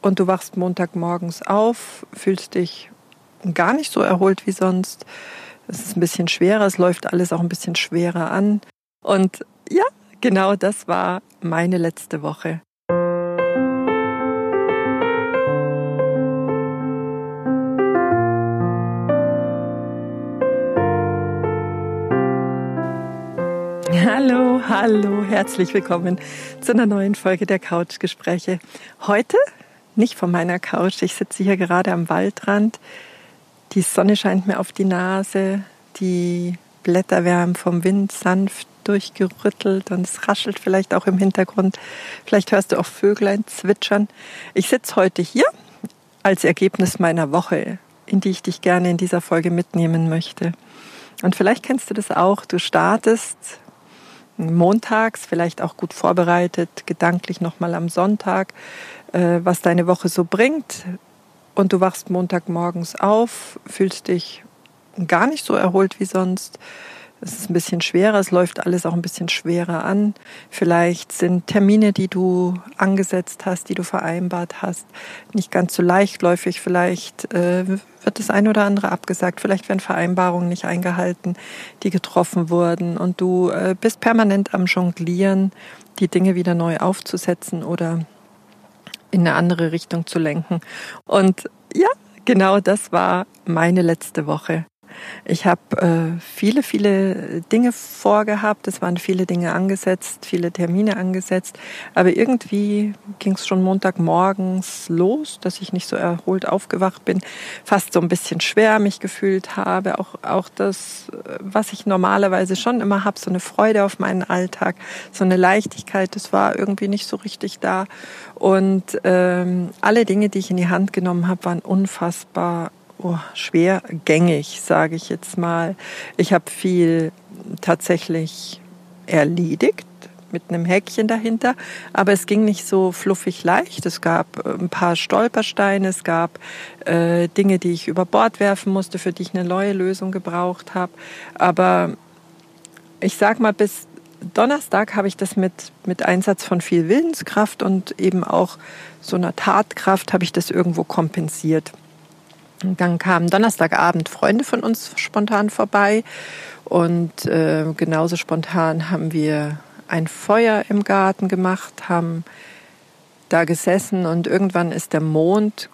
und du wachst Montagmorgens auf, fühlst dich gar nicht so erholt wie sonst. Es ist ein bisschen schwerer, es läuft alles auch ein bisschen schwerer an. Und ja, genau das war meine letzte Woche. Hallo, herzlich willkommen zu einer neuen Folge der Couchgespräche. Heute nicht von meiner Couch, ich sitze hier gerade am Waldrand. Die Sonne scheint mir auf die Nase, die Blätter werden vom Wind sanft durchgerüttelt und es raschelt vielleicht auch im Hintergrund. Vielleicht hörst du auch Vöglein zwitschern. Ich sitze heute hier als Ergebnis meiner Woche, in die ich dich gerne in dieser Folge mitnehmen möchte. Und vielleicht kennst du das auch, du startest montags, vielleicht auch gut vorbereitet, gedanklich nochmal am Sonntag, was deine Woche so bringt. Und du wachst Montagmorgens auf, fühlst dich gar nicht so erholt wie sonst. Es ist ein bisschen schwerer, es läuft alles auch ein bisschen schwerer an. Vielleicht sind Termine, die du angesetzt hast, die du vereinbart hast, nicht ganz so leichtläufig. Vielleicht wird das ein oder andere abgesagt. Vielleicht werden Vereinbarungen nicht eingehalten, die getroffen wurden. Und du bist permanent am Jonglieren, die Dinge wieder neu aufzusetzen oder in eine andere Richtung zu lenken. Und ja, genau das war meine letzte Woche. Ich habe viele Dinge vorgehabt, es waren viele Dinge angesetzt, viele Termine angesetzt, aber irgendwie ging es schon Montagmorgens los, dass ich nicht so erholt aufgewacht bin, fast so ein bisschen schwer mich gefühlt habe, auch das, was ich normalerweise schon immer habe, so eine Freude auf meinen Alltag, so eine Leichtigkeit, das war irgendwie nicht so richtig da und alle Dinge, die ich in die Hand genommen habe, waren unfassbar schwergängig, sage ich jetzt mal. Ich habe viel tatsächlich erledigt mit einem Häkchen dahinter, aber es ging nicht so fluffig leicht. Es gab ein paar Stolpersteine, es gab Dinge, die ich über Bord werfen musste, für die ich eine neue Lösung gebraucht habe. Aber ich sag mal, bis Donnerstag habe ich das mit Einsatz von viel Willenskraft und eben auch so einer Tatkraft habe ich das irgendwo kompensiert. Und dann kamen Donnerstagabend Freunde von uns spontan vorbei und genauso spontan haben wir ein Feuer im Garten gemacht, haben da gesessen und irgendwann ist der Mond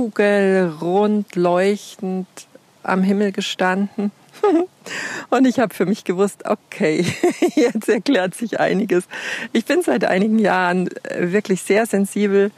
kugelrund leuchtend am Himmel gestanden. Und ich habe für mich gewusst, okay, jetzt erklärt sich einiges. Ich bin seit einigen Jahren wirklich sehr sensibel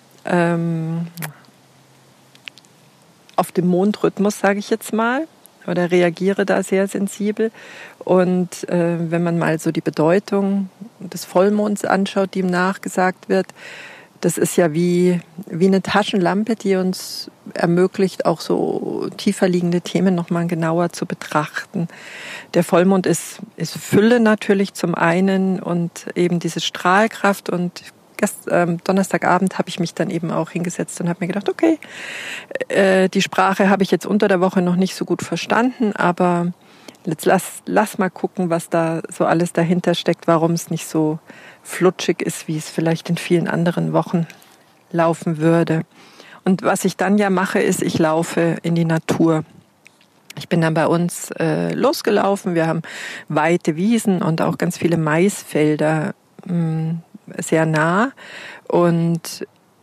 auf den Mondrhythmus, sage ich jetzt mal, oder reagiere da sehr sensibel. Und wenn man mal so die Bedeutung des Vollmonds anschaut, die ihm nachgesagt wird, das ist ja wie eine Taschenlampe, die uns ermöglicht, auch so tiefer liegende Themen nochmal genauer zu betrachten. Der Vollmond ist Fülle natürlich zum einen und eben diese Strahlkraft und Donnerstagabend habe ich mich dann eben auch hingesetzt und habe mir gedacht, okay, die Sprache habe ich jetzt unter der Woche noch nicht so gut verstanden, aber jetzt lass mal gucken, was da so alles dahinter steckt, warum es nicht so flutschig ist, wie es vielleicht in vielen anderen Wochen laufen würde. Und was ich dann ja mache, ist, ich laufe in die Natur. Ich bin dann bei uns losgelaufen. Wir haben weite Wiesen und auch ganz viele Maisfelder sehr nah und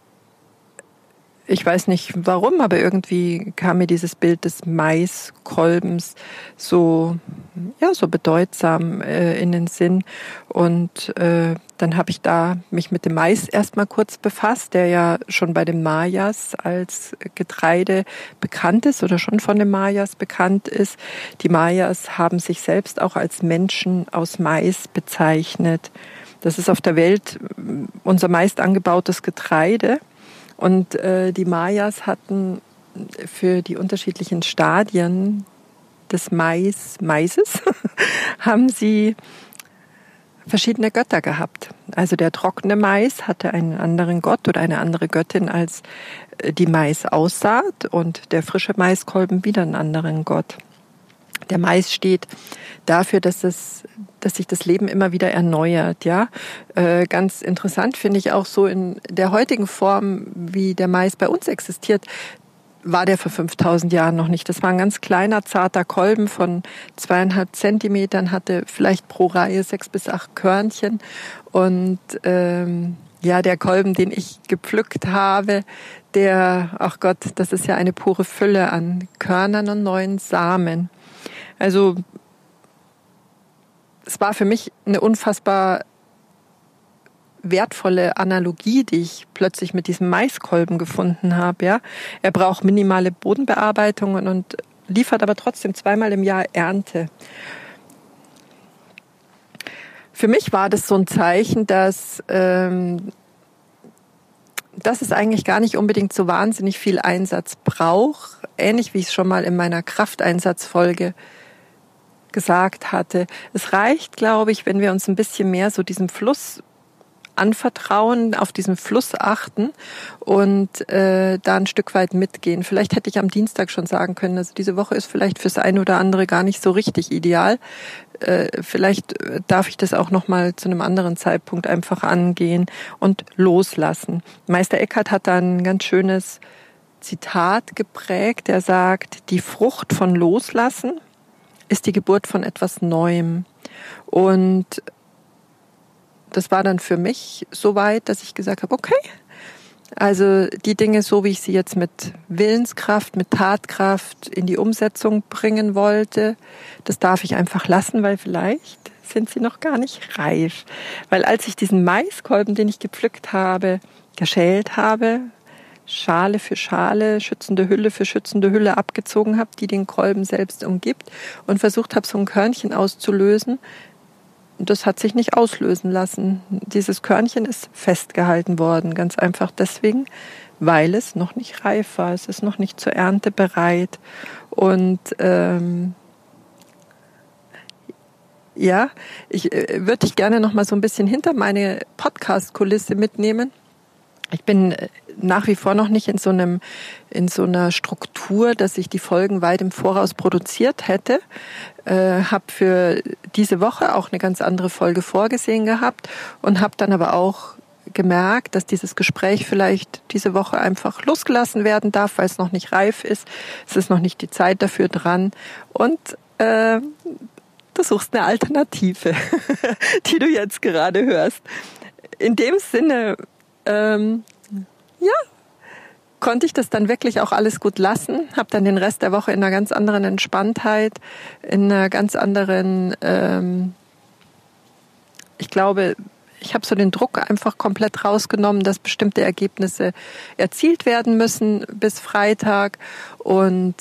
ich weiß nicht warum, aber irgendwie kam mir dieses Bild des Maiskolbens so bedeutsam in den Sinn und dann habe ich da mich mit dem Mais erstmal kurz befasst, der ja schon bei den Mayas als Getreide bekannt ist oder schon von den Mayas bekannt ist. Die Mayas haben sich selbst auch als Menschen aus Mais bezeichnet. Das ist auf der Welt unser meist angebautes Getreide. Und die Mayas hatten für die unterschiedlichen Stadien des Maises haben sie verschiedene Götter gehabt. Also der trockene Mais hatte einen anderen Gott oder eine andere Göttin als die Maisaussaat und der frische Maiskolben wieder einen anderen Gott. Der Mais steht dafür, dass sich das Leben immer wieder erneuert. Ja, ganz interessant finde ich auch so in der heutigen Form, wie der Mais bei uns existiert, war der vor 5000 Jahren noch nicht. Das war ein ganz kleiner, zarter Kolben von 2,5 Zentimetern, hatte vielleicht pro Reihe 6 bis 8 Körnchen. Und der Kolben, den ich gepflückt habe, ach Gott, das ist ja eine pure Fülle an Körnern und neuen Samen. Also es war für mich eine unfassbar wertvolle Analogie, die ich plötzlich mit diesem Maiskolben gefunden habe. Ja, er braucht minimale Bodenbearbeitungen und liefert aber trotzdem 2-mal im Jahr Ernte. Für mich war das so ein Zeichen, dass es eigentlich gar nicht unbedingt so wahnsinnig viel Einsatz braucht. Ähnlich wie ich es schon mal in meiner Krafteinsatzfolge gesagt hatte. Es reicht, glaube ich, wenn wir uns ein bisschen mehr so diesem Fluss anvertrauen, auf diesen Fluss achten und da ein Stück weit mitgehen. Vielleicht hätte ich am Dienstag schon sagen können, also diese Woche ist vielleicht fürs eine oder andere gar nicht so richtig ideal. Vielleicht darf ich das auch noch mal zu einem anderen Zeitpunkt einfach angehen und loslassen. Meister Eckhart hat da ein ganz schönes Zitat geprägt. Er sagt, die Frucht von Loslassen ist die Geburt von etwas Neuem. Und das war dann für mich so weit, dass ich gesagt habe, okay, also die Dinge, so wie ich sie jetzt mit Willenskraft, mit Tatkraft in die Umsetzung bringen wollte, das darf ich einfach lassen, weil vielleicht sind sie noch gar nicht reif. Weil als ich diesen Maiskolben, den ich gepflückt habe, geschält habe, Schale für Schale, schützende Hülle für schützende Hülle abgezogen habe, die den Kolben selbst umgibt und versucht habe, so ein Körnchen auszulösen. Das hat sich nicht auslösen lassen. Dieses Körnchen ist festgehalten worden, ganz einfach deswegen, weil es noch nicht reif war. Es ist noch nicht zur Ernte bereit. Und ich würde dich gerne noch mal so ein bisschen hinter meine Podcast-Kulisse mitnehmen. Ich bin nach wie vor noch nicht in so einer Struktur, dass ich die Folgen weit im Voraus produziert hätte. Habe für diese Woche auch eine ganz andere Folge vorgesehen gehabt und habe dann aber auch gemerkt, dass dieses Gespräch vielleicht diese Woche einfach losgelassen werden darf, weil es noch nicht reif ist. Es ist noch nicht die Zeit dafür dran. Und du suchst eine Alternative, die du jetzt gerade hörst. In dem Sinne, konnte ich das dann wirklich auch alles gut lassen, habe dann den Rest der Woche in einer ganz anderen Entspanntheit, in einer ganz anderen, ich glaube, ich habe so den Druck einfach komplett rausgenommen, dass bestimmte Ergebnisse erzielt werden müssen bis Freitag und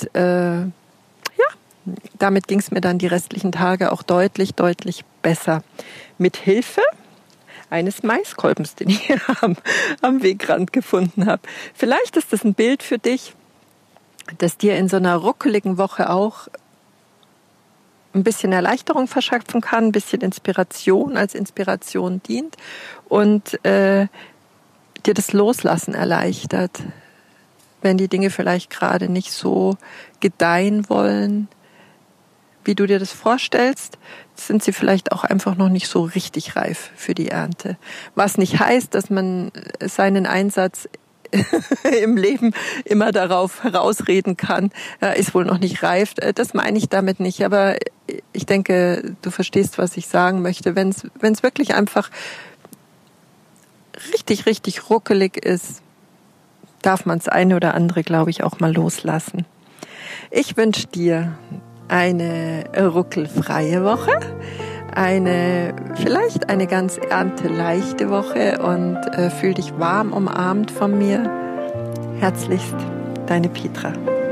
damit ging es mir dann die restlichen Tage auch deutlich, deutlich besser. Mit Hilfe eines Maiskolbens, den ich hier am Wegrand gefunden habe. Vielleicht ist das ein Bild für dich, das dir in so einer ruckeligen Woche auch ein bisschen Erleichterung verschaffen kann, ein bisschen Inspiration als Inspiration dient und dir das Loslassen erleichtert, wenn die Dinge vielleicht gerade nicht so gedeihen wollen, wie du dir das vorstellst, sind sie vielleicht auch einfach noch nicht so richtig reif für die Ernte. Was nicht heißt, dass man seinen Einsatz im Leben immer darauf herausreden kann, ist wohl noch nicht reif. Das meine ich damit nicht. Aber ich denke, du verstehst, was ich sagen möchte. Wenn es wirklich einfach richtig, richtig ruckelig ist, darf man das eine oder andere, glaube ich, auch mal loslassen. Ich wünsche dir eine ruckelfreie Woche, vielleicht eine ganz ernteleichte Woche und fühl dich warm umarmt von mir. Herzlichst, deine Petra.